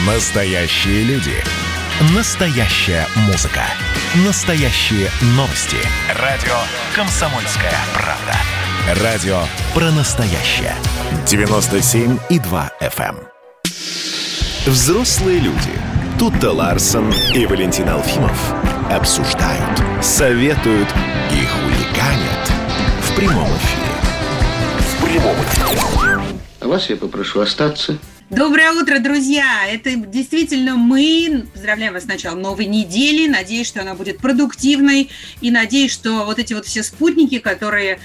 Настоящие люди. Настоящая музыка. Настоящие новости. Радио «Комсомольская правда». Радио про настоящее. 97,2 FM. Взрослые люди. Тутта Ларсон и Валентин Алфимов обсуждают, советуют и хулиганят в прямом эфире. А вас я попрошу остаться. Доброе утро, друзья! Это действительно мы. Поздравляем вас с началом новой недели. Надеюсь, что она будет продуктивной. И надеюсь, что вот эти вот все спутники, которые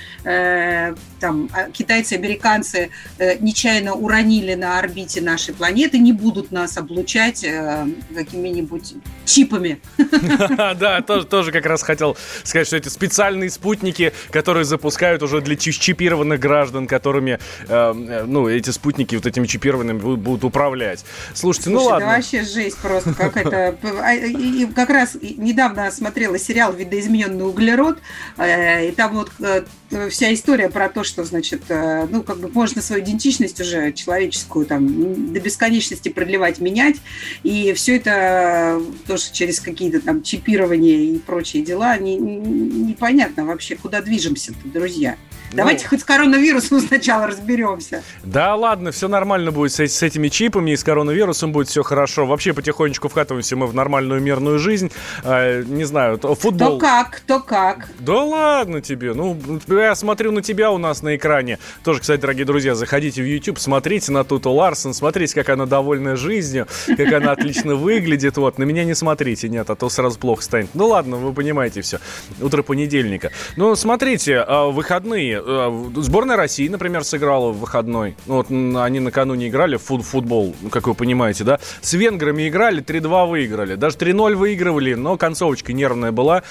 там китайцы, американцы нечаянно уронили на орбите нашей планеты, не будут нас облучать какими-нибудь чипами. Да, тоже как раз хотел сказать, что это специальные спутники, которые запускают уже для чипированных граждан, которыми, эти спутники вот этими чипированными будут управлять. Слушайте, ну ладно. Это вообще жесть просто какая-то. И как раз недавно смотрела сериал «Видоизмененный углерод», и там вот вся история про то, что, значит, можно свою идентичность уже человеческую там до бесконечности продлевать, менять, и все это тоже через какие-то там чипирования и прочие дела. Непонятно вообще, куда движемся-то, друзья. Давайте хоть с коронавирусом сначала разберемся. Да ладно, все нормально будет с этими чипами, и с коронавирусом будет все хорошо. Вообще потихонечку вкатываемся мы в нормальную мирную жизнь. Не знаю, футбол. То как. Да ладно тебе. Я смотрю на тебя у нас на экране. Тоже, кстати, дорогие друзья, заходите в YouTube, смотрите на Тутту Ларсон, смотрите, как она довольна жизнью, как она отлично выглядит. Вот, на меня не смотрите, нет, а то сразу плохо станет. Ну ладно, вы понимаете все. Утро понедельника. Смотрите, выходные. Сборная России, например, сыграла в выходной. Вот они накануне играли в футбол, как вы понимаете, да. С венграми играли, 3-2 выиграли. Даже 3-0 выигрывали, но концовочка нервная была.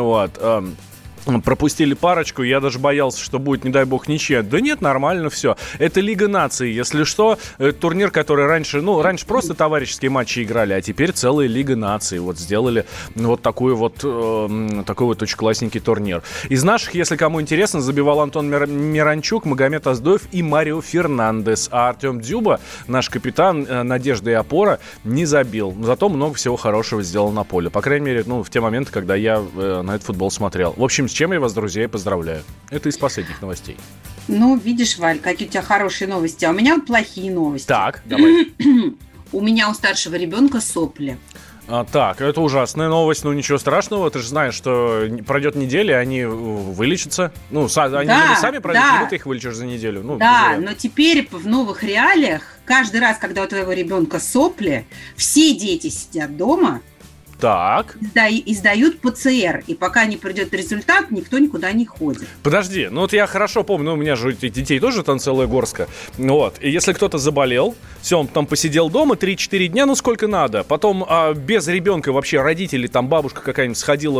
Пропустили парочку, я даже боялся, что будет, не дай бог, ничья. Да нет, нормально все. Это Лига наций, если что. Это турнир, который раньше просто товарищеские матчи играли, а теперь целая Лига наций. Вот сделали вот такой вот очень классненький турнир. Из наших, если кому интересно, забивал Антон Миранчук, Магомед Аздоев и Марио Фернандес. А Артем Дзюба, наш капитан, надежда и опора, не забил. Зато много всего хорошего сделал на поле. По крайней мере, в те моменты, когда я на этот футбол смотрел. В общем, с чем я вас, друзья, и поздравляю. Это из последних новостей. Видишь, Валь, какие у тебя хорошие новости, а у меня плохие новости. Так, давай. У меня у старшего ребенка сопли. Так, это ужасная новость, ничего страшного. Ты же знаешь, что пройдет неделя, и они вылечатся. Они сами пройдут, либо ты их вылечишь за неделю. Но теперь в новых реалиях, каждый раз, когда у твоего ребенка сопли, все дети сидят дома, так. И сдают ПЦР. И пока не придет результат, никто никуда не ходит. Подожди, я хорошо помню, у меня же детей тоже там целая горстка. И если кто-то заболел, все, он там посидел дома 3-4 дня, сколько надо. Потом без ребенка вообще родители, там бабушка какая-нибудь сходила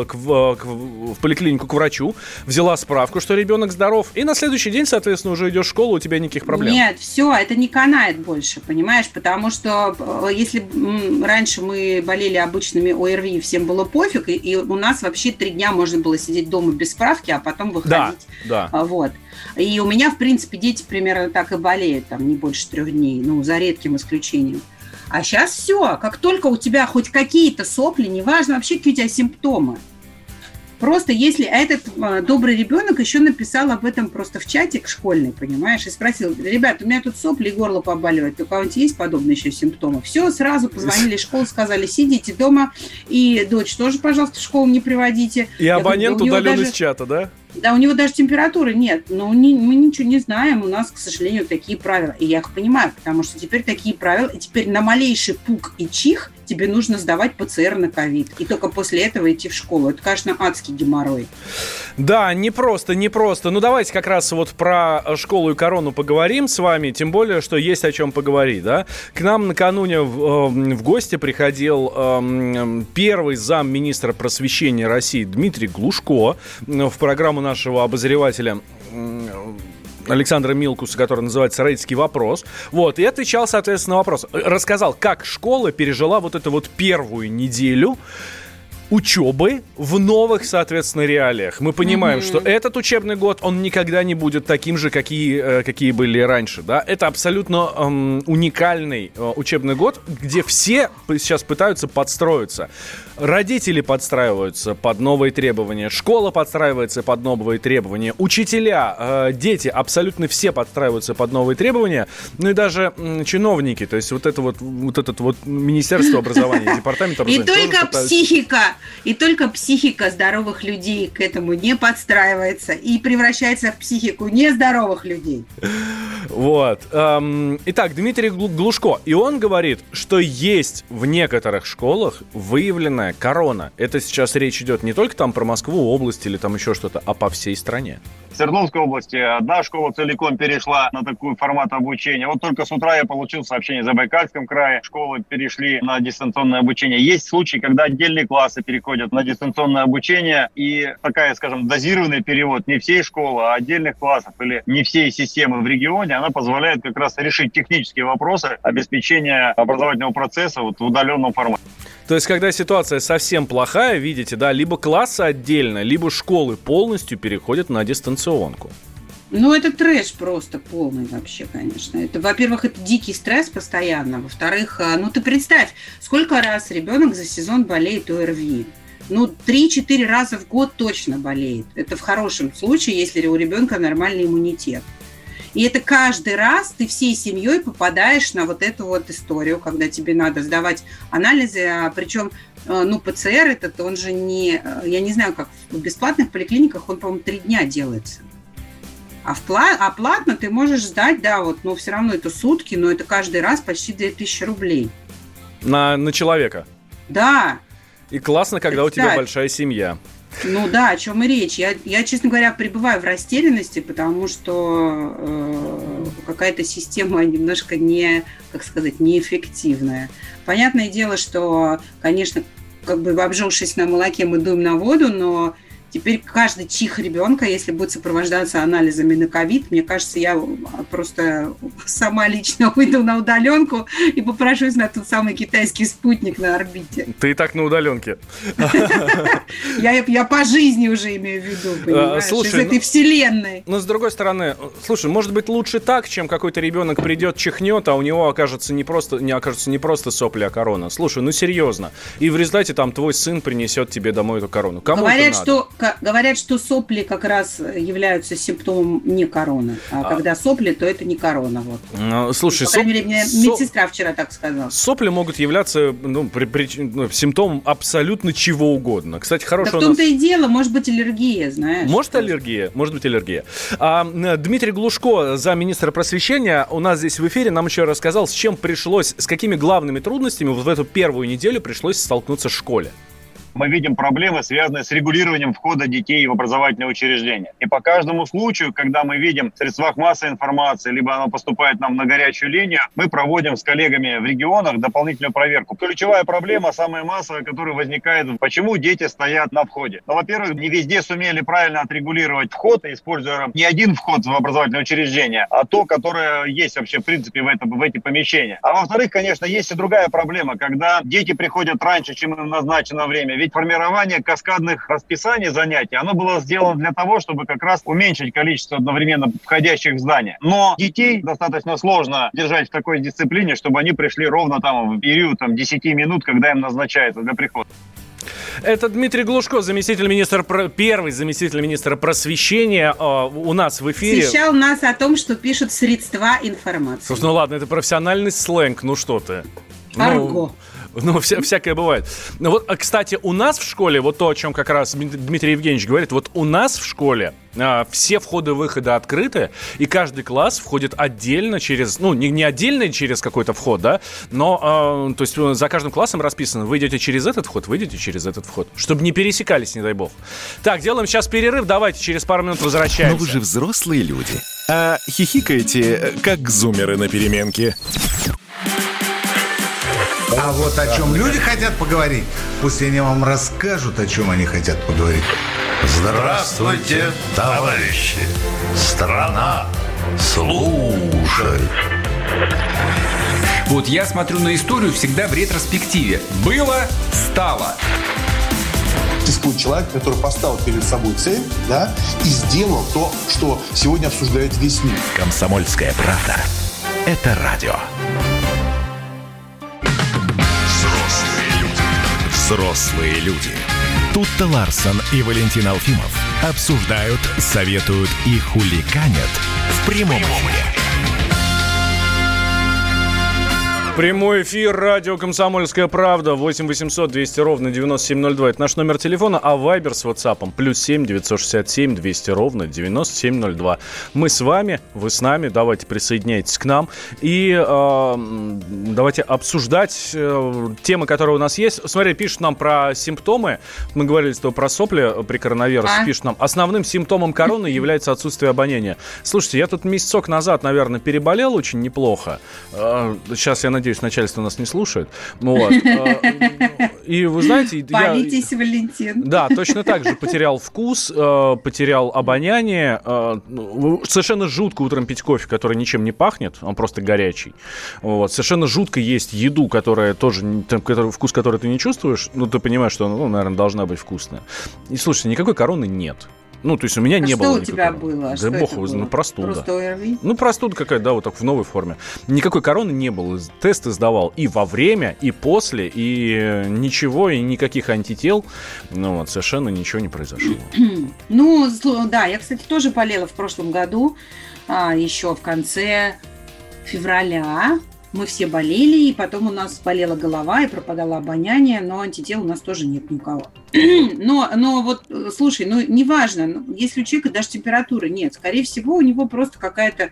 в поликлинику к врачу, взяла справку, что ребенок здоров, и на следующий день, соответственно, уже идешь в школу, у тебя никаких проблем. Нет, все, это не канает больше, понимаешь? Потому что если раньше мы болели обычными ОРВИ, всем было пофиг, и у нас вообще 3 дня можно было сидеть дома без справки, а потом выходить. Да. Вот. И у меня, в принципе, дети примерно так и болеют, там, не больше 3 дней, за редким исключением. А сейчас все, как только у тебя хоть какие-то сопли, неважно вообще, какие у тебя симптомы, просто если этот добрый ребенок еще написал об этом просто в чатик школьный, понимаешь, и спросил: ребят, у меня тут сопли и горло побаливает, у кого-нибудь есть подобные еще симптомы? Все, сразу позвонили в школу, сказали: сидите дома, и дочь тоже, пожалуйста, в школу не приводите. И абонент удален из чата, да? Да, у него даже температуры нет, но мы ничего не знаем, у нас, к сожалению, такие правила. И я их понимаю, потому что теперь такие правила, и теперь на малейший пук и чих тебе нужно сдавать ПЦР на ковид. И только после этого идти в школу. Это, конечно, адский геморрой. Да, непросто. Давайте как раз вот про школу и корону поговорим с вами, тем более, что есть о чем поговорить, да? К нам накануне в гости приходил первый замминистра просвещения России Дмитрий Глушко в программу нашего обозревателя Александра Милкуса, который называется «Родительский вопрос». И отвечал, соответственно, на вопрос. Рассказал, как школа пережила вот эту вот первую неделю учебы в новых, соответственно, реалиях. Мы понимаем, что этот учебный год, он никогда не будет таким же, какие были раньше, да? Это абсолютно уникальный учебный год, где все сейчас пытаются подстроиться. Родители подстраиваются под новые требования, школа подстраивается под новые требования, учителя, дети, абсолютно все подстраиваются под новые требования, ну и даже чиновники, то есть вот это вот Министерство образования, Департамент образования. И только психика здоровых людей к этому не подстраивается и превращается в психику нездоровых людей. Вот. Итак, Дмитрий Глушко. И он говорит, что есть в некоторых школах выявленная корона. Это сейчас речь идет не только там про Москву, область или там еще что-то, а по всей стране. В Свердловской области одна школа целиком перешла на такой формат обучения. Вот только с утра я получил сообщение: в Забайкальском крае школы перешли на дистанционное обучение. Есть случаи, когда отдельные классы переходят на дистанционное обучение, и такая, скажем, дозированный перевод не всей школы, а отдельных классов или не всей системы в регионе, она позволяет как раз решить технические вопросы обеспечения образовательного процесса вот в удаленном формате. То есть, когда ситуация совсем плохая, видите, да, либо классы отдельно, либо школы полностью переходят на дистанционку. Ну, это трэш просто полный вообще, конечно. Это, во-первых, это дикий стресс постоянно. Во-вторых, ну, ты представь, сколько раз ребенок за сезон болеет ОРВИ. Ну, 3-4 раза в год точно болеет. Это в хорошем случае, если у ребенка нормальный иммунитет. И это каждый раз ты всей семьей попадаешь на вот эту вот историю, когда тебе надо сдавать анализы, причем, ну, ПЦР этот, он же не, я не знаю, как в бесплатных поликлиниках, он, по-моему, 3 дня делается. А платно ты можешь сдать, да, вот, но все равно это сутки, но это каждый раз почти 2000 рублей. На человека? Да. И классно, когда у тебя большая семья. Ну да, о чем и речь. Я, честно говоря, пребываю в растерянности, потому что какая-то система немножко неэффективная. Понятное дело, что, конечно, как бы обжёгшись на молоке, мы дуем на воду, но теперь каждый чих ребенка, если будет сопровождаться анализами на ковид, мне кажется, я просто сама лично выйду на удаленку и попрошусь на тот самый китайский спутник на орбите. Ты и так на удаленке. Я по жизни уже имею в виду, понимаешь, из этой вселенной. Но с другой стороны, слушай, может быть лучше так, чем какой-то ребенок придет, чихнет, а у него окажется не просто сопли, а корона. Слушай, ну серьезно. И в результате там твой сын принесет тебе домой эту корону. Кому это надо? Говорят, что сопли как раз являются симптомом не короны. А когда сопли, то это не корона. Вот. Слушай, по крайней мере, мне медсестра вчера так сказала. Сопли могут являться симптомом абсолютно чего угодно. Кстати, хорошо. Да в том-то и дело, может быть аллергия, знаешь. Может быть аллергия. Дмитрий Глушко, замминистра просвещения, у нас здесь в эфире нам еще рассказал, с какими главными трудностями в эту первую неделю пришлось столкнуться в школе. Мы видим проблемы, связанные с регулированием входа детей в образовательные учреждения. И по каждому случаю, когда мы видим в средствах массовой информации, либо она поступает нам на горячую линию, мы проводим с коллегами в регионах дополнительную проверку. Ключевая проблема, самая массовая, которая возникает, почему дети стоят на входе. Ну, во-первых, не везде сумели правильно отрегулировать вход, используя не один вход в образовательное учреждение, а то, которое есть вообще в принципе в эти помещения. А во-вторых, конечно, есть и другая проблема, когда дети приходят раньше, чем им назначено время. Ведь формирование каскадных расписаний занятий, оно было сделано для того, чтобы как раз уменьшить количество одновременно входящих в здание. Но детей достаточно сложно держать в такой дисциплине, чтобы они пришли ровно там в период 10 минут, когда им назначается для прихода. Это Дмитрий Глушко, первый заместитель министра просвещения у нас в эфире. Освещал нас о том, что пишут средства информации. Слушай, ну ладно, это профессиональный сленг, ну что ты. Арго. Ну, всякое бывает. Вот, кстати, у нас в школе, вот то, о чем как раз Дмитрий Евгеньевич говорит, вот у нас в школе все входы-выходы открыты, и каждый класс входит отдельно через, ну, не отдельно через какой-то вход, да, но, то есть за каждым классом расписано, вы идете через этот вход, чтобы не пересекались, не дай бог. Так, делаем сейчас перерыв, давайте через пару минут возвращаемся. Но вы же взрослые люди, а хихикаете, как зумеры на переменке. А вот о чем люди хотят поговорить, пусть они вам расскажут, о чем они хотят поговорить. Здравствуйте, товарищи! Страна слушает! Вот я смотрю на историю всегда в ретроспективе. Было, стало. существует человек, который поставил перед собой цель, да, и сделал то, что сегодня обсуждает весь мир. «Комсомольская правда». Это радио. Взрослые люди. Тутта Ларсон и Валентин Алфимов обсуждают, советуют и хулиганят в прямом эфире. Прямой эфир, радио «Комсомольская правда», 8 800 200 ровно 9702. Это наш номер телефона, а Вайбер с WhatsApp +7 967 200 ровно 9702. Мы с вами, вы с нами, давайте присоединяйтесь к нам и давайте обсуждать темы, которые у нас есть. Смотри, пишут нам про симптомы, мы говорили про сопли при коронавирусе, пишут нам, основным симптомом короны является отсутствие обоняния. Слушайте, я тут месяцок назад, наверное, переболел очень неплохо. Сейчас, я надеюсь, начальство нас не слушает. Вот. И вы знаете... Политесь, Валентин. Да, точно так же. Потерял вкус, потерял обоняние. Совершенно жутко утром пить кофе, который ничем не пахнет, он просто горячий. Вот. Совершенно жутко есть еду, которая тоже, вкус который ты не чувствуешь, но ты понимаешь, что она, наверное, должна быть вкусная. И слушайте, никакой короны нет. Ну, то есть у меня не было никакой. Что у тебя было? Да бог его знает, простуда. Просто ОРВИ? Ну, простуда какая-то, да, вот так в новой форме. Никакой короны не было. Тесты сдавал и во время, и после, и ничего, и никаких антител. Ну, вот, совершенно ничего не произошло. Ну, да, я, кстати, тоже болела в прошлом году, еще в конце февраля. Мы все болели, и потом у нас болела голова, и пропадало обоняние, но антител у нас тоже нет ни у кого. Но вот, слушай, ну, неважно, если у человека даже температуры нет, скорее всего, у него просто какая-то,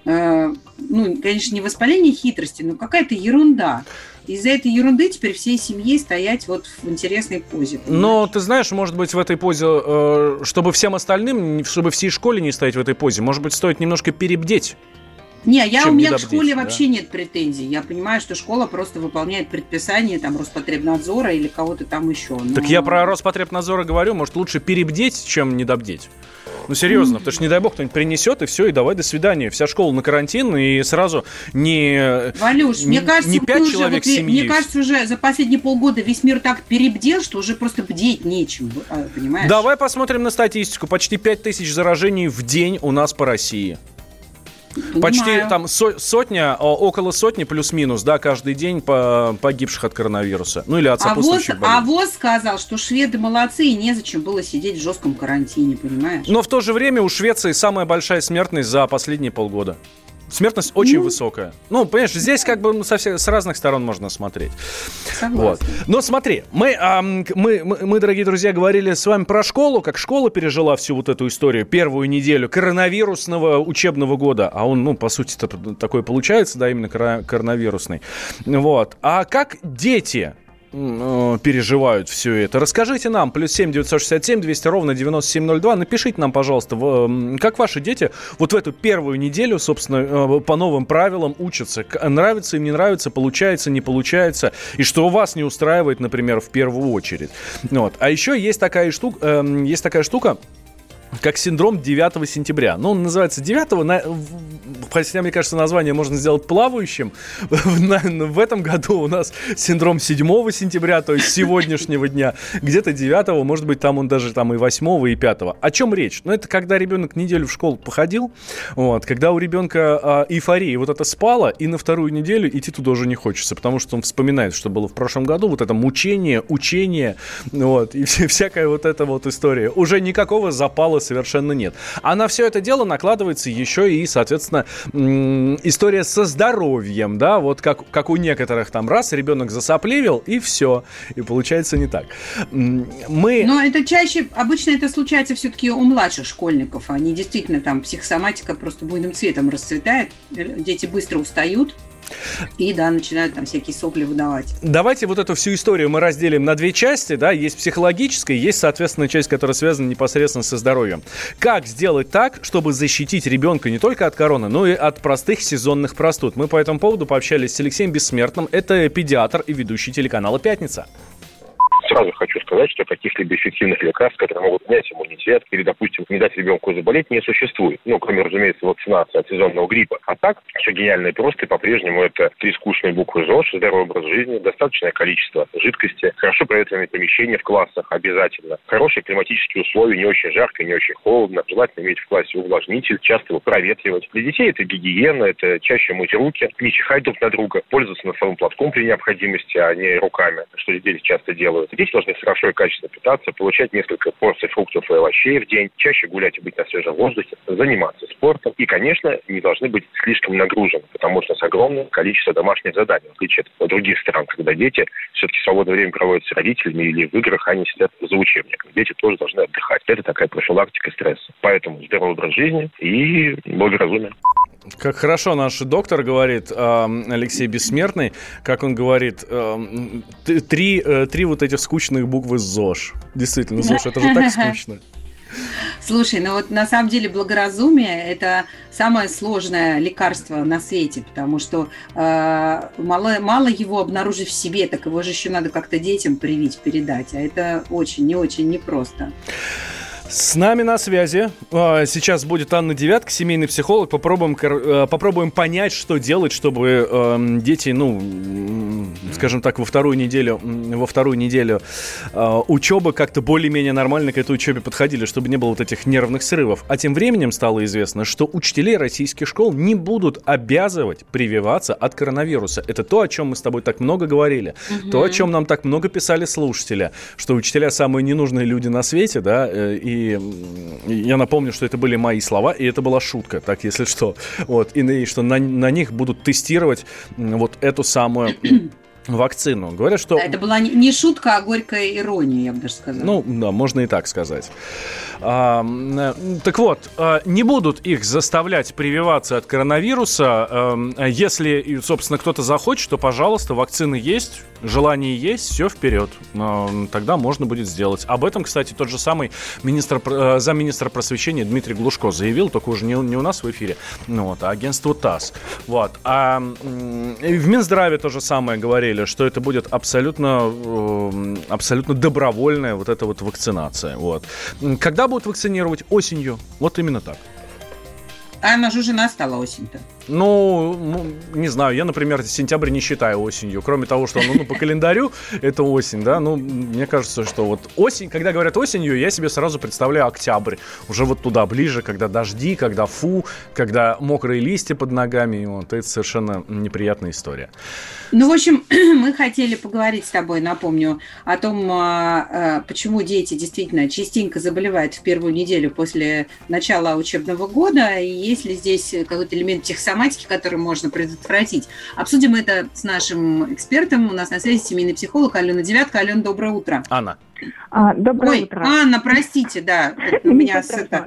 ну, конечно, не воспаление хитрости, но какая-то ерунда. Из-за этой ерунды теперь всей семьей стоять вот в интересной позе. Понимаешь? Но ты знаешь, может быть, в этой позе, чтобы всем остальным, чтобы всей школе не стоять в этой позе, может быть, стоит немножко перебдеть. Не, у меня к школе вообще нет претензий. Я понимаю, что школа просто выполняет предписания там Роспотребнадзора или кого-то там еще. Но... Так я про Роспотребнадзор говорю, может, лучше перебдеть, чем недобдеть. Ну, серьезно, потому что, не дай бог, кто-нибудь принесет, и все, и давай, до свидания. Вся школа на карантин, и сразу не... Валюш, мне кажется, не 5 человек уже, семьи. Мне кажется, уже за последние полгода весь мир так перебдел, что уже просто бдеть нечем, понимаешь? Давай посмотрим на статистику. Почти 5000 заражений в день у нас по России. Понимаю. Почти там сотня, около сотни плюс-минус, да, каждый день погибших от коронавируса. Ну или от сопутствующих болезней. А ВОЗ сказал, что шведы молодцы, и незачем было сидеть в жестком карантине, понимаешь? Но в то же время у Швеции самая большая смертность за последние полгода. Смертность очень высокая. Ну, понимаешь, здесь как бы с разных сторон можно смотреть. Согласна. Вот. Но смотри, мы, дорогие друзья, говорили с вами про школу, как школа пережила всю вот эту историю, первую неделю коронавирусного учебного года. А он, ну, по сути, такой получается, да, именно коронавирусный. Вот. А как дети переживают все это? Расскажите нам, +7 967 200 ровно 9702. Напишите нам, пожалуйста, как ваши дети вот в эту первую неделю, собственно, по новым правилам учатся. Нравится им, не нравится, получается, не получается. И что вас не устраивает, например, в первую очередь. Вот. А еще есть такая штука, как синдром 9 сентября. Ну, он называется 9-го, хотя, мне кажется, название можно сделать плавающим. В этом году у нас синдром 7 сентября, то есть сегодняшнего дня. Где-то 9-го, может быть, там он даже там и 8-го, и 5-го. О чем речь? Ну, это когда ребенок неделю в школу походил, вот, когда у ребенка эйфория вот это спала, и на вторую неделю идти туда уже не хочется, потому что он вспоминает, что было в прошлом году, вот это мучение, учение, вот, и всякая вот эта вот история. Уже никакого запала совершенно нет. А на все это дело накладывается еще и, соответственно, история со здоровьем, да, вот как у некоторых там раз ребенок засопливил, и все. И получается не так. Но это чаще, обычно это случается все-таки у младших школьников. Они действительно там, психосоматика просто буйным цветом расцветает. Дети быстро устают. И, да, начинают там всякие сопли выдавать. Давайте вот эту всю историю мы разделим на две части, да, есть психологическая, есть, соответственно, часть, которая связана непосредственно со здоровьем. Как сделать так, чтобы защитить ребенка не только от короны, но и от простых сезонных простуд? Мы по этому поводу пообщались с Алексеем Бессмертным, это педиатр и ведущий телеканала «Пятница». Сразу хочу сказать, что каких-либо эффективных лекарств, которые могут снять иммунитет или, допустим, не дать ребенку заболеть, не существует. Кроме, разумеется, вакцинации от сезонного гриппа. А так, все гениально и просто, и по-прежнему это 3 скучные буквы ЗОЖ, здоровый образ жизни, достаточное количество жидкости, хорошо проветренные помещения в классах обязательно, хорошие климатические условия, не очень жарко, не очень холодно, желательно иметь в классе увлажнитель, часто его проветривать. Для детей это гигиена, это чаще мыть руки, не чихать друг на друга, пользоваться носовым платком при необходимости, а не руками, что дети часто делают. Дети должны хорошо и качественно питаться, получать несколько порций фруктов и овощей в день, чаще гулять и быть на свежем воздухе, заниматься спортом и, конечно, не должны быть слишком нагружены, потому что с огромным количеством домашних заданий, в отличие от других стран, когда дети все-таки свободное время проводят с родителями или в играх, они сидят за учебником. Дети тоже должны отдыхать. Это такая профилактика стресса. Поэтому здоровый образ жизни и благоразумие. Как хорошо наш доктор говорит, Алексей Бессмертный, как он говорит, 3 вот этих скучных буквы ЗОЖ. Действительно, ЗОЖ, это же так скучно. Слушай, на самом деле благоразумие – это самое сложное лекарство на свете, потому что мало его обнаружить в себе, так его же еще надо как-то детям привить, передать, а это очень непросто. С нами на связи сейчас будет Анна Девятка, семейный психолог. Попробуем понять, что делать, чтобы дети, скажем так, во вторую неделю учебы как-то более-менее нормально к этой учебе подходили, чтобы не было вот этих нервных срывов. А тем временем стало известно, что учителей российских школ не будут обязывать прививаться от коронавируса. Это то, о чем мы с тобой так много говорили, то, о чем нам так много писали слушатели, что учителя самые ненужные люди на свете, да, и я напомню, что это были мои слова, и это была шутка, так, если что. Вот, и что на них будут тестировать вот эту самую вакцину. Говорят, что... Да, это была не шутка, а горькая ирония, я бы даже сказала. Да, можно и так сказать. Так вот, не будут их заставлять прививаться от коронавируса. Если, собственно, кто-то захочет, то, пожалуйста, вакцины есть, желание есть, все вперед. Тогда можно будет сделать. Об этом, кстати, тот же самый замминистра просвещения Дмитрий Глушко заявил, только уже не у нас в эфире, а агентству ТАСС. Вот. А в Минздраве то же самое говорили, что это будет абсолютно добровольная вот эта вот вакцинация. Вот. Когда будут вакцинировать? Осенью. Вот именно так. А она же уже настала осень-то. Не знаю, я, например, сентябрь не считаю осенью. Кроме того, что по календарю это осень, да, мне кажется, что вот осень, когда говорят осенью, я себе сразу представляю октябрь. Уже вот туда ближе, когда дожди, когда когда мокрые листья под ногами. Вот, это совершенно неприятная история. В общем, мы хотели поговорить с тобой, напомню, о том, почему дети действительно частенько заболевают в первую неделю после начала учебного года, и есть ли здесь какой-то элемент психосоматики, который можно предотвратить. Обсудим это с нашим экспертом. У нас на связи семейный психолог Алена Девятка. Алена, доброе утро. Анна. Доброе утро. Анна, простите, да. У меня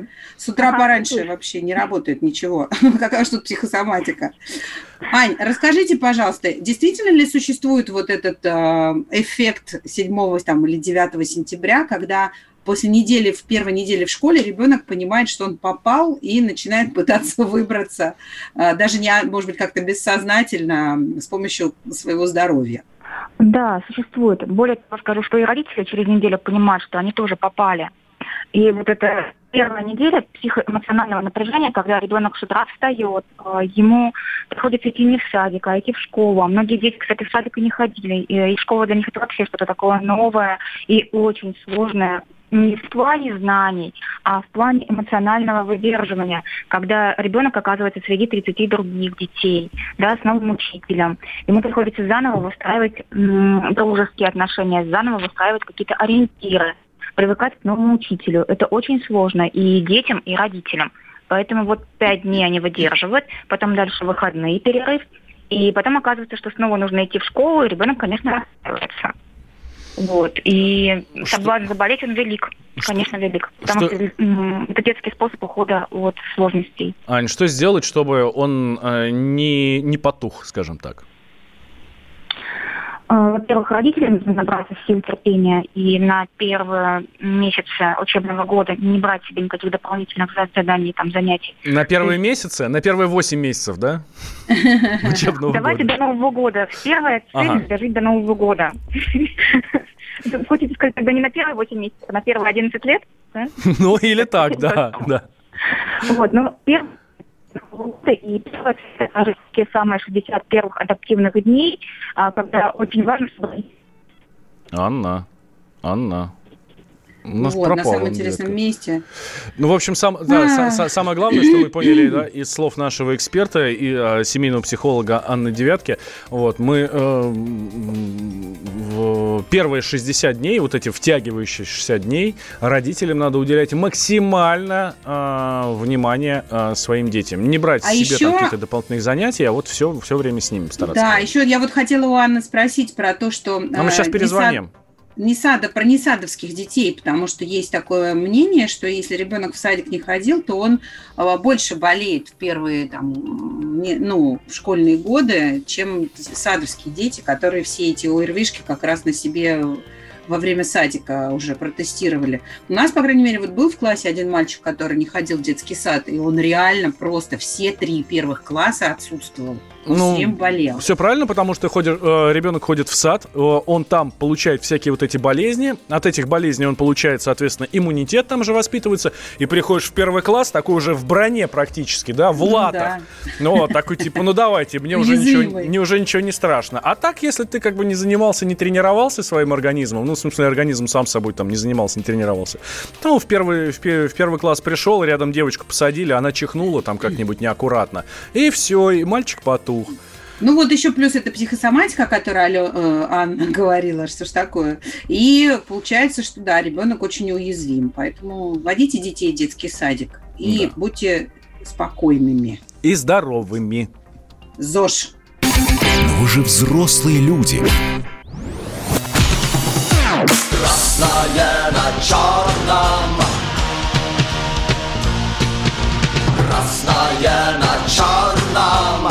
с утра пораньше вообще не работает ничего. Какая же тут психосоматика. Ань, расскажите, пожалуйста, действительно ли существует вот этот эффект 7 или 9 сентября, когда после первой недели в школе ребенок понимает, что он попал и начинает пытаться выбраться, даже может быть, как-то бессознательно, с помощью своего здоровья? Да, существует. Более того, скажу, что и родители через неделю понимают, что они тоже попали. И вот эта первая неделя психоэмоционального напряжения, когда ребенок с утра встает, ему приходится идти не в садик, а идти в школу. А многие дети, кстати, в садик и не ходили. И школа для них это вообще что-то такое новое и очень сложное. Не в плане знаний, а в плане эмоционального выдерживания, когда ребенок оказывается среди 30 других детей, да, с новым учителем. Ему приходится заново выстраивать дружеские отношения, заново выстраивать какие-то ориентиры, привыкать к новому учителю. Это очень сложно и детям, и родителям. Поэтому вот 5 дней они выдерживают, потом дальше выходные, перерыв, и потом оказывается, что снова нужно идти в школу, и ребенок, конечно, расстраивается. Вот. И соблазн заболеть, он велик. Конечно, велик. Потому что это детский способ ухода от сложностей. Ань, что сделать, чтобы он не потух, скажем так? Во-первых, родителям нужно набраться сил терпения и на первые месяцы учебного года не брать себе никаких дополнительных заданий, занятий. На первые месяцы? На первые 8 месяцев, да? Учебного года. Давайте до Нового года. Первая цель – дожить до Нового года. Хочется сказать, тогда не на первые 8 месяцев, а на первые 11 лет, да? Ну, или так, да. Вот, но первые и первые те самые 60 первых адаптивных дней, когда очень важно, чтобы... Анна. На самом интересном месте. Ну, в общем, самое главное, что мы поняли, да, из слов нашего эксперта и семейного психолога Анны Девятки, вот, мы в первые 60 дней, вот эти втягивающие 60 дней, родителям надо уделять максимально внимание своим детям. Не брать себе там какие-то дополнительные занятия, а вот все время с ними стараться. Да, еще я вот хотела у Анны спросить про то, что... мы сейчас перезвоним. Про несадовских детей, потому что есть такое мнение, что если ребенок в садик не ходил, то он больше болеет в первые школьные годы, чем садовские дети, которые все эти ОРВИшки как раз на себе во время садика уже протестировали. У нас, по крайней мере, вот был в классе один мальчик, который не ходил в детский сад, и он реально просто все 3 первых класса отсутствовал. Всем болел. Все правильно, потому что ребенок ходит в сад, он там получает всякие вот эти болезни, от этих болезней он получает, соответственно, иммунитет там же воспитывается, и приходишь в первый класс, такой уже в броне практически, да, в латах. Да. Такой типа, давайте, мне уже ничего не страшно. А так, если ты как бы не занимался, не тренировался своим организмом, в смысле, организм сам собой там не занимался, не тренировался, то в первый класс пришел, рядом девочку посадили, она чихнула там как-нибудь неаккуратно, и все, и мальчик потух. Ну вот еще плюс это психосоматика, о которой Анна говорила, что ж такое. И получается, что да, ребенок очень уязвим. Поэтому водите детей в детский садик и будьте спокойными. И здоровыми. ЗОЖ. Но вы же взрослые люди. Красное на черном. Красное на черном.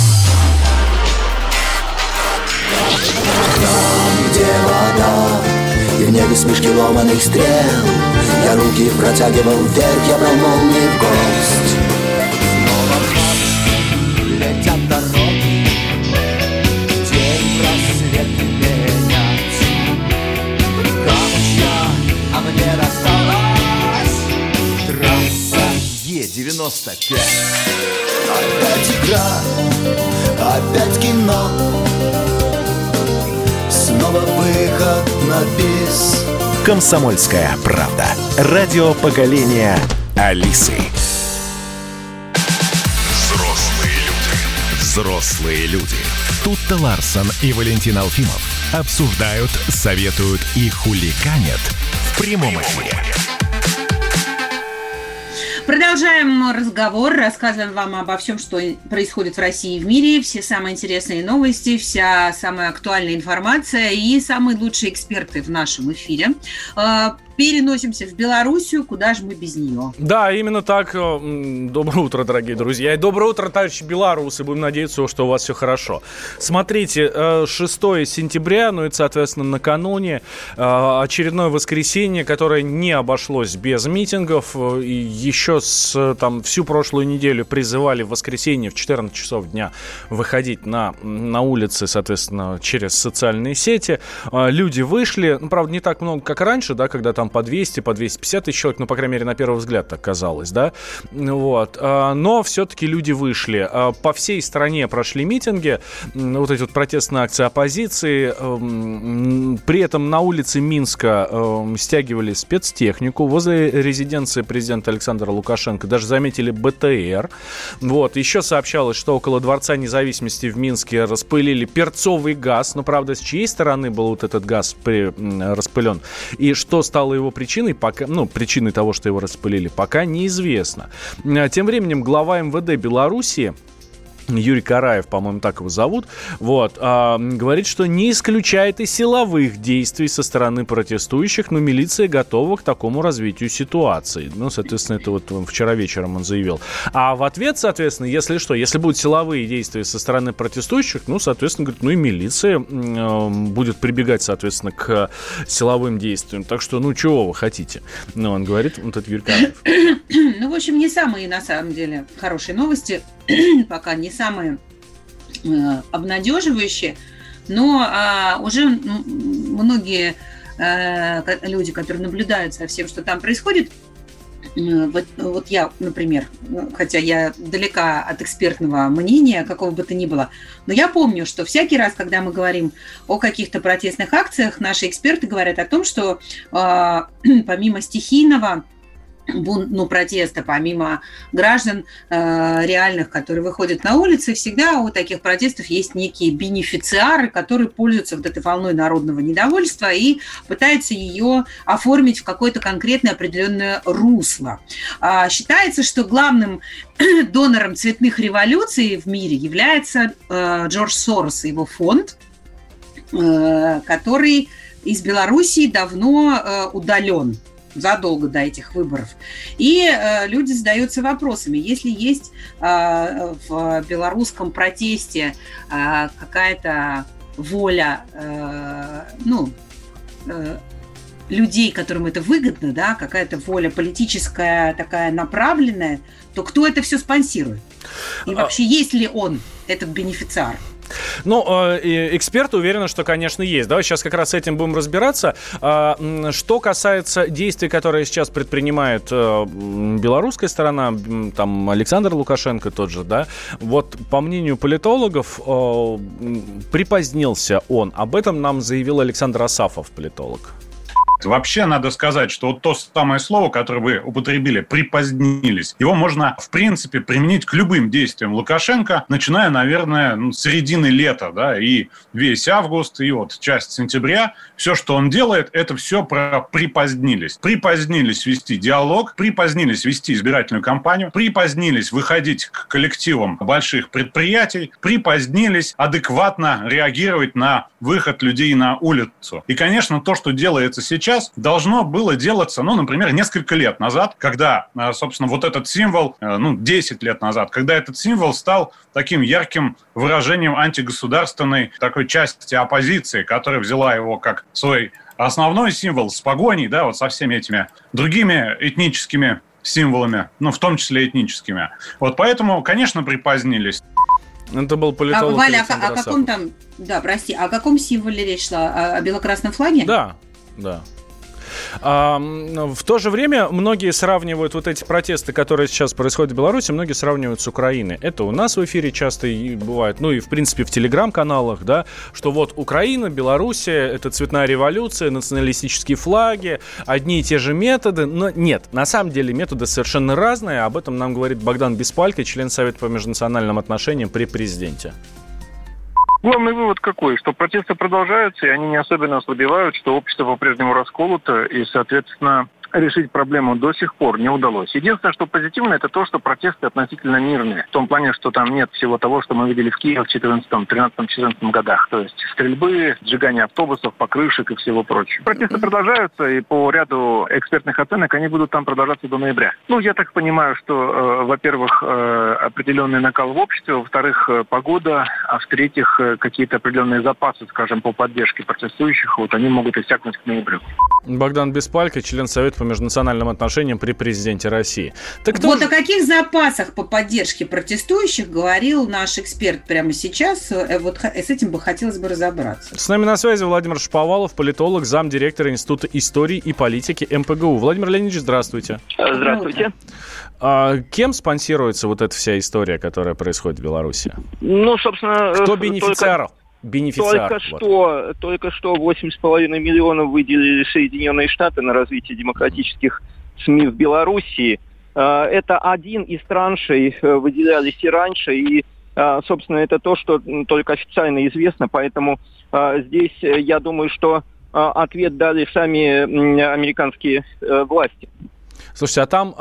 Там, где вода, и в небе вспышки ломаных стрел, я руки протягивал вверх, я брал молнии в гость. Снова в летят дороги, день просвет менять. Камучья, а мне досталась трасса Е-95. Опять игра, опять кино, снова выход на бис. «Комсомольская правда». Радио поколения Алисы. Взрослые люди. Тутта Ларсон и Валентин Алфимов обсуждают, советуют и хулиганят в прямом эфире. Продолжаем разговор, рассказываем вам обо всем, что происходит в России и в мире, все самые интересные новости, вся самая актуальная информация и самые лучшие эксперты в нашем эфире. Переносимся в Белоруссию, куда же мы без нее? Да, именно так. Доброе утро, дорогие друзья. И доброе утро, товарищи белорусы. Будем надеяться, что у вас все хорошо. Смотрите, 6 сентября, ну и, соответственно, накануне, очередное воскресенье, которое не обошлось без митингов. И еще всю прошлую неделю призывали в воскресенье в 14 часов дня выходить на улицы, соответственно, через социальные сети. Люди вышли, правда, не так много, как раньше, да, когда там по 200, по 250 тысяч человек, по крайней мере, на первый взгляд так казалось, да, вот, но все-таки люди вышли. По всей стране прошли митинги, вот эти вот протестные акции оппозиции, при этом на улице Минска стягивали спецтехнику, возле резиденции президента Александра Лукашенко даже заметили БТР, вот, еще сообщалось, что около Дворца Независимости в Минске распылили перцовый газ, но, правда, с чьей стороны был вот этот газ распылен, и что стало его причиной, причиной того, что его распылили, пока неизвестно. Тем временем глава МВД Белоруссии Юрий Караев, по-моему, так его зовут, вот, говорит, что не исключает и силовых действий со стороны протестующих, но милиция готова к такому развитию ситуации. Ну, соответственно, это вот вчера вечером он заявил. А в ответ, соответственно, если будут силовые действия со стороны протестующих, соответственно, говорит, и милиция будет прибегать, соответственно, к силовым действиям. Так что, чего вы хотите? Он говорит, вот этот Юрий Караев. В общем, не самые, на самом деле, хорошие новости, пока не самые обнадеживающие, но уже многие люди, которые наблюдают за всем, что там происходит. Вот я, например, хотя я далека от экспертного мнения, какого бы то ни было, но я помню, что всякий раз, когда мы говорим о каких-то протестных акциях, наши эксперты говорят о том, что помимо стихийного протеста, помимо граждан реальных, которые выходят на улицы, всегда у таких протестов есть некие бенефициары, которые пользуются вот этой волной народного недовольства и пытаются ее оформить в какое-то конкретное определенное русло. Считается, что главным донором цветных революций в мире является Джордж Сорос и его фонд, который из Белоруссии давно удален, задолго до этих выборов. И люди задаются вопросами, если есть в белорусском протесте какая-то воля, людей, которым это выгодно, да, какая-то воля политическая такая направленная, то кто это все спонсирует? И вообще, есть ли он, этот бенефициар? Ну, эксперты уверены, что, конечно, есть. Давай сейчас как раз с этим будем разбираться. Что касается действий, которые сейчас предпринимает белорусская сторона, там Александр Лукашенко тот же, да, вот по мнению политологов, припозднился он. Об этом нам заявил Александр Асафов, политолог. Вообще надо сказать, что вот то самое слово, которое вы употребили, «припозднились», его можно, в принципе, применить к любым действиям Лукашенко, начиная, наверное, с середины лета, да, и весь август, и вот часть сентября. Все, что он делает, это все про «припозднились». Припозднились вести диалог, припозднились вести избирательную кампанию, припозднились выходить к коллективам больших предприятий, припозднились адекватно реагировать на выход людей на улицу. И, конечно, то, что делается сейчас, должно было делаться, например, несколько лет назад, когда, собственно, вот этот символ, 10 лет назад, когда этот символ стал таким ярким выражением антигосударственной такой части оппозиции, которая взяла его как свой основной символ с погоней, да, вот со всеми этими другими этническими символами, в том числе этническими. Вот поэтому, конечно, припозднились. Это был политолог. Валя, о каком там... Да, прости, о каком символе речь шла? О бело-красном флаге? Да. В то же время многие сравнивают вот эти протесты, которые сейчас происходят в Беларуси, многие сравнивают с Украиной. Это у нас в эфире часто и бывает, и в принципе в телеграм-каналах, да, что вот Украина, Белоруссия, это цветная революция, националистические флаги, одни и те же методы. Но нет, на самом деле методы совершенно разные. Об этом нам говорит Богдан Беспалько, член Совета по межнациональным отношениям при президенте. Главный вывод какой? Что протесты продолжаются, и они не особенно ослабевают, что общество по-прежнему расколото, и, соответственно, решить проблему до сих пор не удалось. Единственное, что позитивно, это то, что протесты относительно мирные. В том плане, что там нет всего того, что мы видели в Киеве в 2014, 2013, 2014 годах. То есть стрельбы, сжигание автобусов, покрышек и всего прочего. Протесты продолжаются, и по ряду экспертных оценок они будут там продолжаться до ноября. Я так понимаю, что, во-первых, определенный накал в обществе, во-вторых, погода, а в-третьих, какие-то определенные запасы, скажем, по поддержке протестующих, они могут иссякнуть к ноябрю. Богдан Беспалько, член Совета по межнациональным отношениям при президенте России. О каких запасах по поддержке протестующих говорил наш эксперт прямо сейчас. Вот с этим бы хотелось бы разобраться. С нами на связи Владимир Шаповалов, политолог, замдиректора Института истории и политики МПГУ. Владимир Леонидович, здравствуйте. Здравствуйте. Кем спонсируется вот эта вся история, которая происходит в Беларуси? Собственно... Кто бенефициаров? Только что 8,5 миллионов выделили Соединенные Штаты на развитие демократических СМИ в Белоруссии. Это один из траншей, выделялись и раньше, и, собственно, это то, что только официально известно, поэтому здесь, я думаю, что ответ дали сами американские власти. Слушайте, а там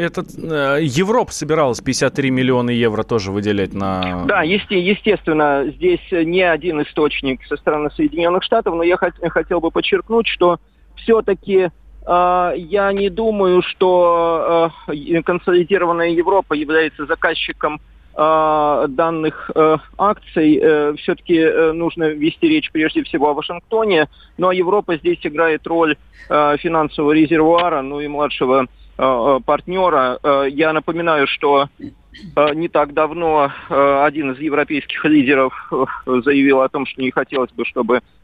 Европа собиралась 53 миллиона евро тоже выделять на... Да, естественно, здесь не один источник со стороны Соединенных Штатов, но я хотел бы подчеркнуть, что все-таки я не думаю, что консолидированная Европа является заказчиком данных акций. Все-таки нужно вести речь прежде всего о Вашингтоне, но Европа здесь играет роль финансового резервуара, и младшего партнера. Я напоминаю, что не так давно один из европейских лидеров заявил о том, что не хотелось бы, чтобы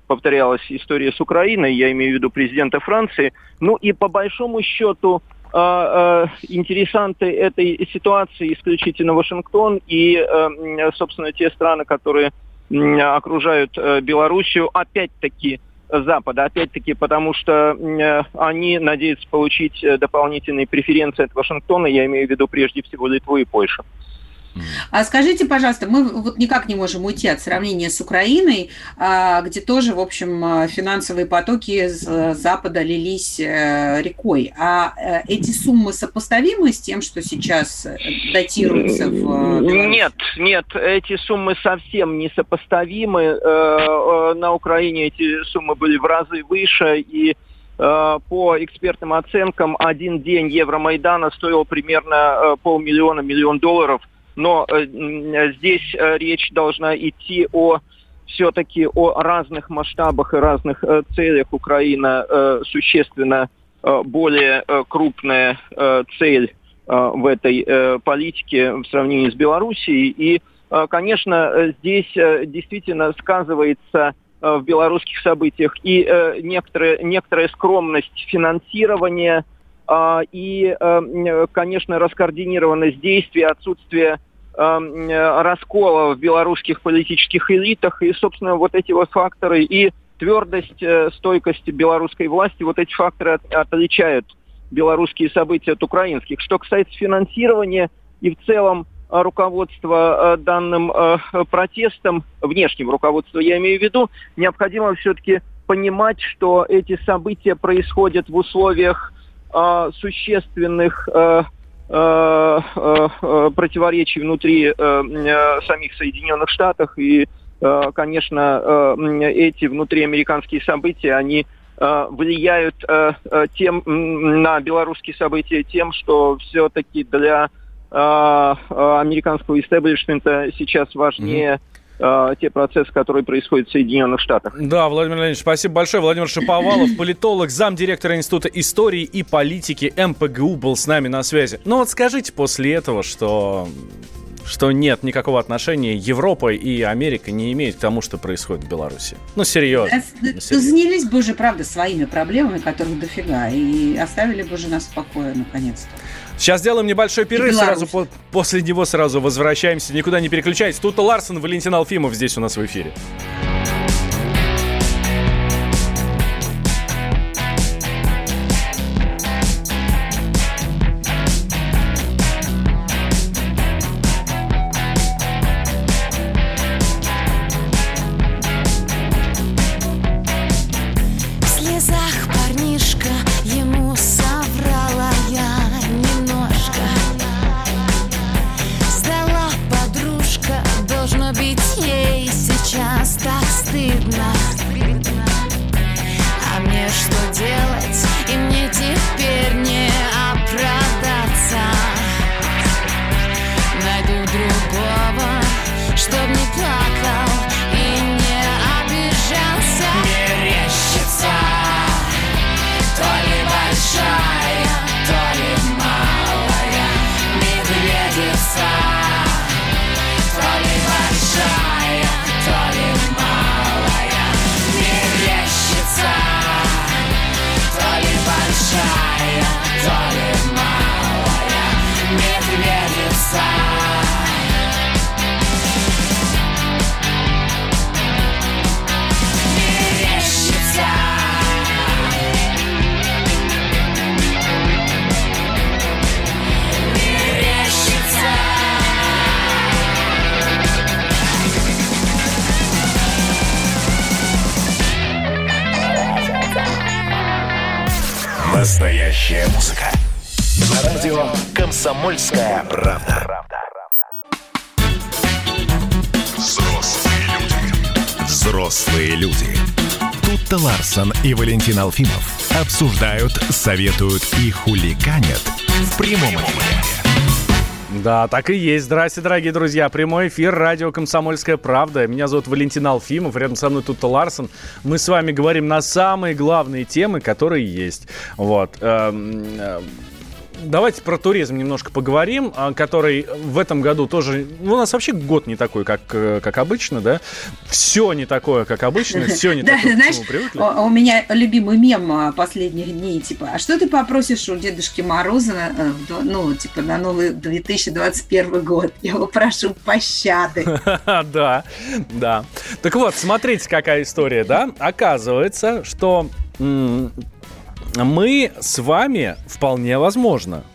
повторялась история с Украиной, я имею в виду президента Франции. Ну и по большому счету интересанты этой ситуации исключительно Вашингтон и, собственно, те страны, которые окружают Белоруссию, опять-таки Запада, потому что они надеются получить дополнительные преференции от Вашингтона, я имею в виду прежде всего Литву и Польшу. А скажите, пожалуйста, мы вот никак не можем уйти от сравнения с Украиной, где тоже, в общем, финансовые потоки из Запада лились рекой. А эти суммы сопоставимы с тем, что сейчас датируется в Беларуси? Нет, эти суммы совсем не сопоставимы. На Украине эти суммы были в разы выше, и по экспертным оценкам один день Евромайдана стоил примерно $500 000 $1 миллион. Но здесь речь должна идти все-таки о разных масштабах и разных целях. Украина существенно более крупная цель в этой политике в сравнении с Белоруссией. И, конечно, здесь действительно сказывается в белорусских событиях и некоторая скромность финансирования, и, конечно, раскоординированность действий, отсутствие раскола в белорусских политических элитах, и, собственно, вот эти вот факторы, и твердость, стойкость белорусской власти, вот эти факторы отличают белорусские события от украинских. Что касается финансирования и в целом руководства данным протестом, внешним руководством я имею в виду, необходимо все-таки понимать, что эти события происходят в условиях существенных противоречий внутри самих Соединенных Штатов. И, конечно, эти внутриамериканские события, они влияют на белорусские события тем, что все-таки для американского истеблишмента сейчас важнее те процессы, которые происходят в Соединенных Штатах. Да, Владимир Леонидович, спасибо большое. Владимир Шаповалов, политолог, замдиректора Института истории и политики МПГУ, был с нами на связи. Ну вот скажите после этого, что нет никакого отношения Европа и Америка не имеют к тому, что происходит в Беларуси. Ну, серьезно. Занялись бы уже, правда, своими проблемами, которых дофига, и оставили бы уже нас в покое, наконец-то. Сейчас сделаем небольшой перерыв, сразу после него сразу возвращаемся. Никуда не переключайтесь. Тутта Ларсон, Валентин Алфимов здесь у нас в эфире. Настоящая музыка. На радио «Комсомольская правда». Взрослые люди. Тутта Ларсон и Валентин Алфимов обсуждают, советуют и хулиганят в прямом эфире. Да, так и есть. Здрасте, дорогие друзья. Прямой эфир, радио «Комсомольская правда». Меня зовут Валентин Алфимов, рядом со мной Тутта Ларсон. Мы с вами говорим на самые главные темы, которые есть. Вот. давайте про туризм немножко поговорим, который в этом году тоже... Ну, у нас вообще год не такой, как обычно, да? Все не такое, как обычно, все не такое, знаешь, к чему привыкли. У меня любимый мем последних дней, типа, а что ты попросишь у Дедушки Мороза, ну, типа, на новый 2021 год? Я его прошу пощады. Да. Так вот, смотрите, какая история, да? Оказывается, что мы с вами вполне возможно,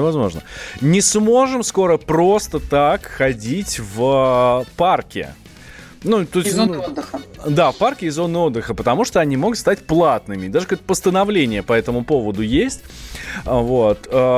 не сможем скоро просто так ходить в парке. Ну, то есть, и зоны отдыха. Да, парки и зоны отдыха, потому что они могут стать платными. Даже какое-то постановление по этому поводу есть. Вот.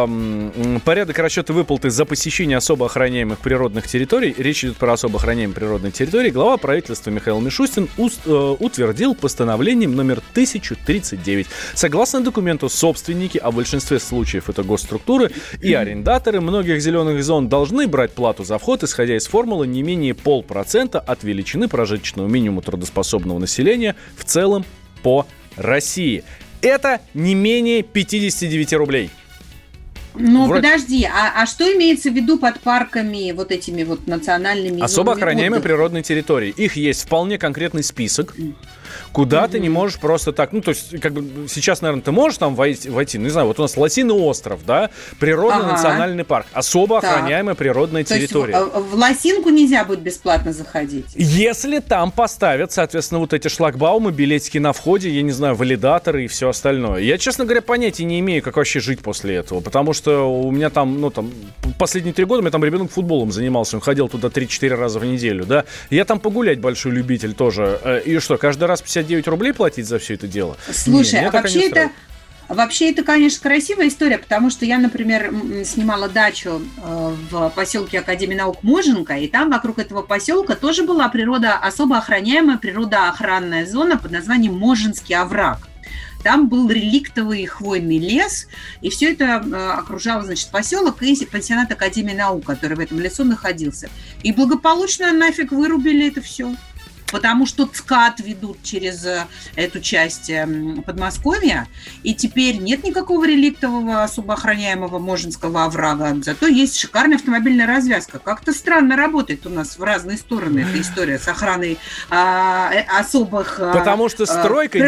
Порядок расчета выплаты за посещение особо охраняемых природных территорий. Речь идет про особо охраняемые природные территории. Глава правительства Михаил Мишустин утвердил постановлением номер 1039. Согласно документу, собственники, а в большинстве случаев это госструктуры и арендаторы многих зеленых зон должны брать плату за вход, исходя из формулы не менее 0,5% от величины прожиточного минимума трудоспособного населения в целом по России. Это не менее 59 рублей. Ну, подожди, а что имеется в виду под парками, вот этими вот национальными особо охраняемые природные территории? Их есть вполне конкретный список, куда ты не можешь просто так... Ну, то есть, как бы сейчас, наверное, ты можешь там войти, ну, не знаю, вот у нас Лосиный остров, да, природный национальный парк, особо охраняемая природная территория. То есть в Лосинку нельзя будет бесплатно заходить? Если там поставят, соответственно, вот эти шлагбаумы, билетики на входе, я не знаю, валидаторы и все остальное. Я, честно говоря, понятия не имею, как вообще жить после этого, потому что у меня там, ну, там, последние 3 года у меня там ребенок футболом занимался, он ходил туда 3-4 раза в неделю, да. Я там погулять большой любитель тоже. И что, каждый раз 59 рублей платить за все это дело? Слушай, вообще это, конечно, красивая история, потому что я, например, снимала дачу в поселке Академии наук Моженко, и там вокруг этого поселка тоже была особо охраняемая природоохранная зона под названием Моженский овраг. Там был реликтовый хвойный лес, и все это окружало, значит, поселок и пансионат Академии наук, который в этом лесу находился. И благополучно нафиг вырубили это все. Потому что ЦКАД ведут через эту часть Подмосковья, и теперь нет никакого реликтового особо охраняемого Моженского оврага, зато есть шикарная автомобильная развязка. Как-то странно работает у нас в разные стороны эта история с охраной особых потому что стройка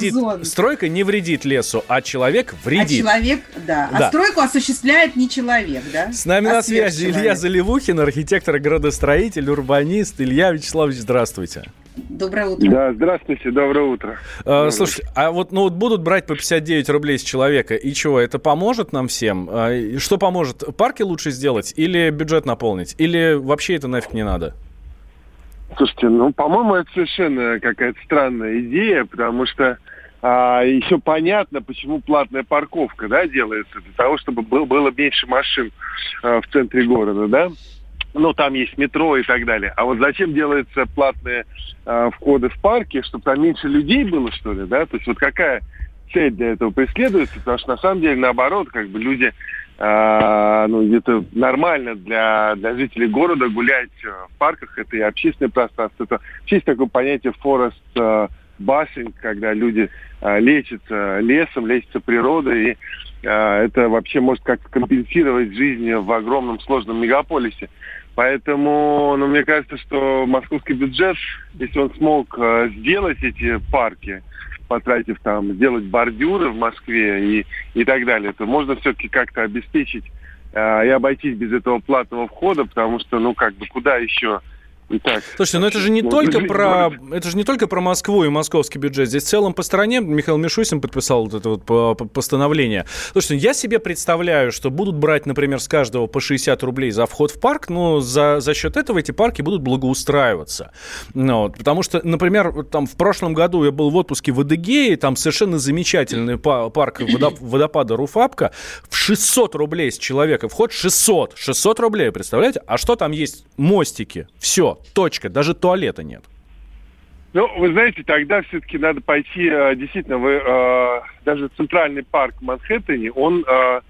не вредит лесу, а человек вредит. А стройку осуществляет не человек, да? С нами на связи Илья Заливухин, архитектор и градостроитель, урбанист. Илья Вячеславович, здравствуйте. Доброе утро. Да, здравствуйте, доброе утро. Слушай, а вот будут брать по 59 рублей с человека, и чего, это поможет нам всем? Что поможет? Парки лучше сделать или бюджет наполнить? Или вообще это нафиг не надо? Слушайте, по-моему, это совершенно какая-то странная идея, потому что еще понятно, почему платная парковка, да, делается, для того, чтобы было меньше машин в центре города, да? Ну, там есть метро и так далее. А вот зачем делаются платные входы в парки, чтобы там меньше людей было, что ли, да? То есть вот какая цель для этого преследуется? Потому что на самом деле, наоборот, как бы люди, это нормально для жителей города гулять в парках. Это и общественное пространство. Это есть такое понятие forest bashing, когда люди лечатся лесом, лечатся природой, и это вообще может как-то компенсировать жизнь в огромном сложном мегаполисе. Поэтому, мне кажется, что московский бюджет, если он смог сделать эти парки, потратив там, сделать бордюры в Москве и так далее, то можно все-таки как-то обеспечить и обойтись без этого платного входа, потому что, куда еще... Итак, слушайте, это же не только про Москву и московский бюджет. Здесь в целом по стране Михаил Мишустин подписал вот это вот постановление. Слушайте, я себе представляю, что будут брать, например, с каждого по 60 рублей за вход в парк, но за счет этого эти парки будут благоустраиваться. Потому что, например, там в прошлом году я был в отпуске в Адыгее, там совершенно замечательный парк водопада Руфапка. В 600 рублей с человека вход, 600 рублей, представляете? А что там есть? Мостики, все. Точка. Даже туалета нет. Вы знаете, тогда все-таки надо пойти, действительно, даже центральный парк в Манхэттене, он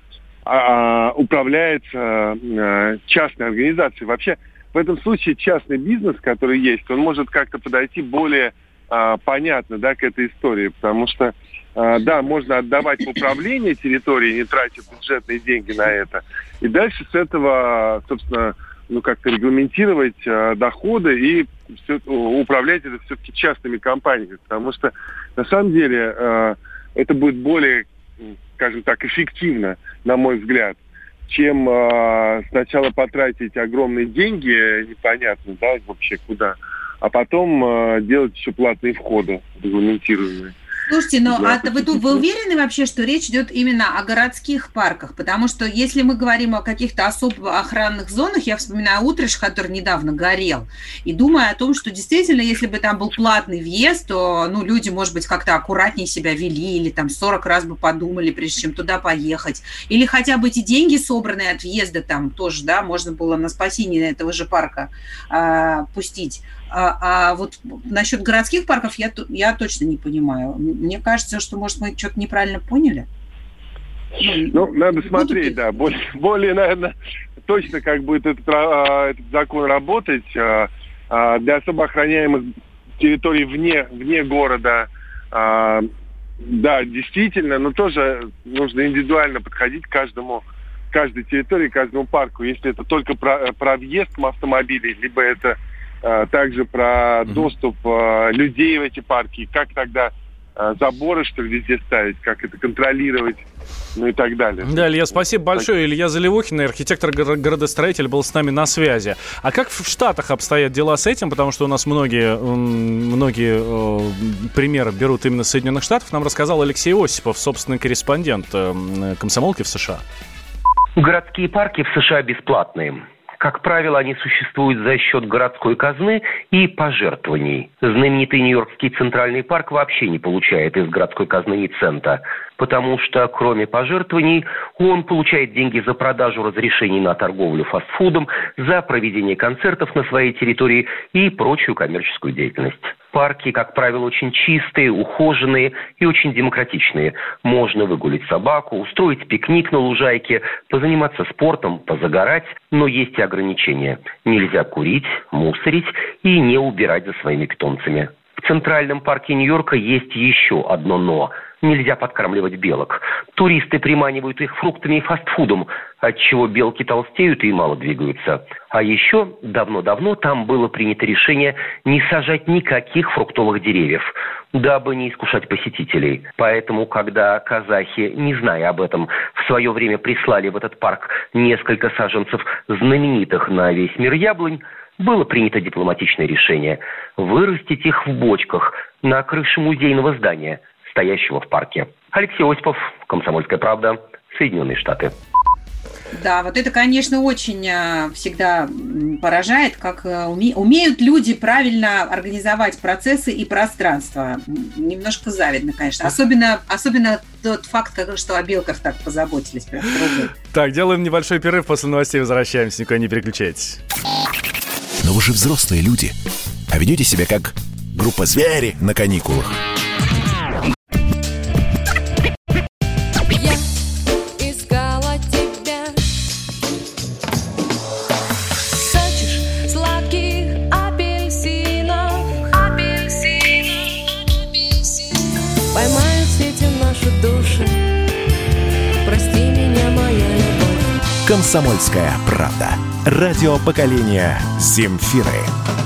управляется частной организацией. Вообще, в этом случае частный бизнес, который есть, он может как-то подойти более понятно, да, к этой истории, потому что да, можно отдавать в управление территорией, не тратя бюджетные деньги на это. И дальше с этого, собственно, как-то регламентировать доходы и управлять это все-таки частными компаниями. Потому что, на самом деле, это будет более, скажем так, эффективно, на мой взгляд, чем сначала потратить огромные деньги, непонятно, да, вообще куда, а потом делать еще платные входы регламентированные. Слушайте, но вы уверены вообще, что речь идет именно о городских парках? Потому что если мы говорим о каких-то особо охранных зонах, я вспоминаю Утреш, который недавно горел, и думаю о том, что действительно, если бы там был платный въезд, то люди, может быть, как-то аккуратнее себя вели, или там 40 раз бы подумали, прежде чем туда поехать. Или хотя бы эти деньги, собранные от въезда, там тоже, да, можно было на спасение этого же парка пустить. А вот насчет городских парков я точно не понимаю. Мне кажется, что, может, мы что-то неправильно поняли. Надо смотреть, да. Более, наверное, точно, как будет этот закон работать. Для особо охраняемых территорий вне города, да, действительно, но тоже нужно индивидуально подходить к каждой территории, к каждому парку. Если это только про въезд автомобилей, либо это также про доступ людей в эти парки, как тогда заборы, что ли, везде ставить, как это контролировать, и так далее. Да, Илья, спасибо большое. Илья Заливухин, архитектор-градостроитель, был с нами на связи. А как в Штатах обстоят дела с этим? Потому что у нас многие примеры берут именно с Соединенных Штатов. Нам рассказал Алексей Осипов, собственный корреспондент комсомолки в США. Городские парки в США бесплатные. Как правило, они существуют за счет городской казны и пожертвований. Знаменитый Нью-Йоркский Центральный парк вообще не получает из городской казны ни цента, потому что, кроме пожертвований, он получает деньги за продажу разрешений на торговлю фастфудом, за проведение концертов на своей территории и прочую коммерческую деятельность. Парки, как правило, очень чистые, ухоженные и очень демократичные. Можно выгулить собаку, устроить пикник на лужайке, позаниматься спортом, позагорать, но есть и ограничения. Нельзя курить, мусорить и не убирать за своими питомцами. В Центральном парке Нью-Йорка есть еще одно «но». Нельзя подкармливать белок. Туристы приманивают их фруктами и фастфудом, отчего белки толстеют и мало двигаются. А еще давно-давно там было принято решение не сажать никаких фруктовых деревьев, дабы не искушать посетителей. Поэтому, когда казахи, не зная об этом, в свое время прислали в этот парк несколько саженцев знаменитых на весь мир яблонь, было принято дипломатичное решение вырастить их в бочках на крыше музейного здания, стоящего в парке. Алексей Осипов, «Комсомольская правда», Соединенные Штаты. Да, вот это, конечно, очень всегда поражает, как умеют люди правильно организовать процессы и пространство. Немножко завидно, конечно. Особенно тот факт, что о белках так позаботились. Так, делаем небольшой перерыв, после новостей возвращаемся, никуда не переключайтесь. Но вы же взрослые люди, а ведете себя как группа «Звери» на каникулах. «Комсомольская правда». Радио поколения Земфиры.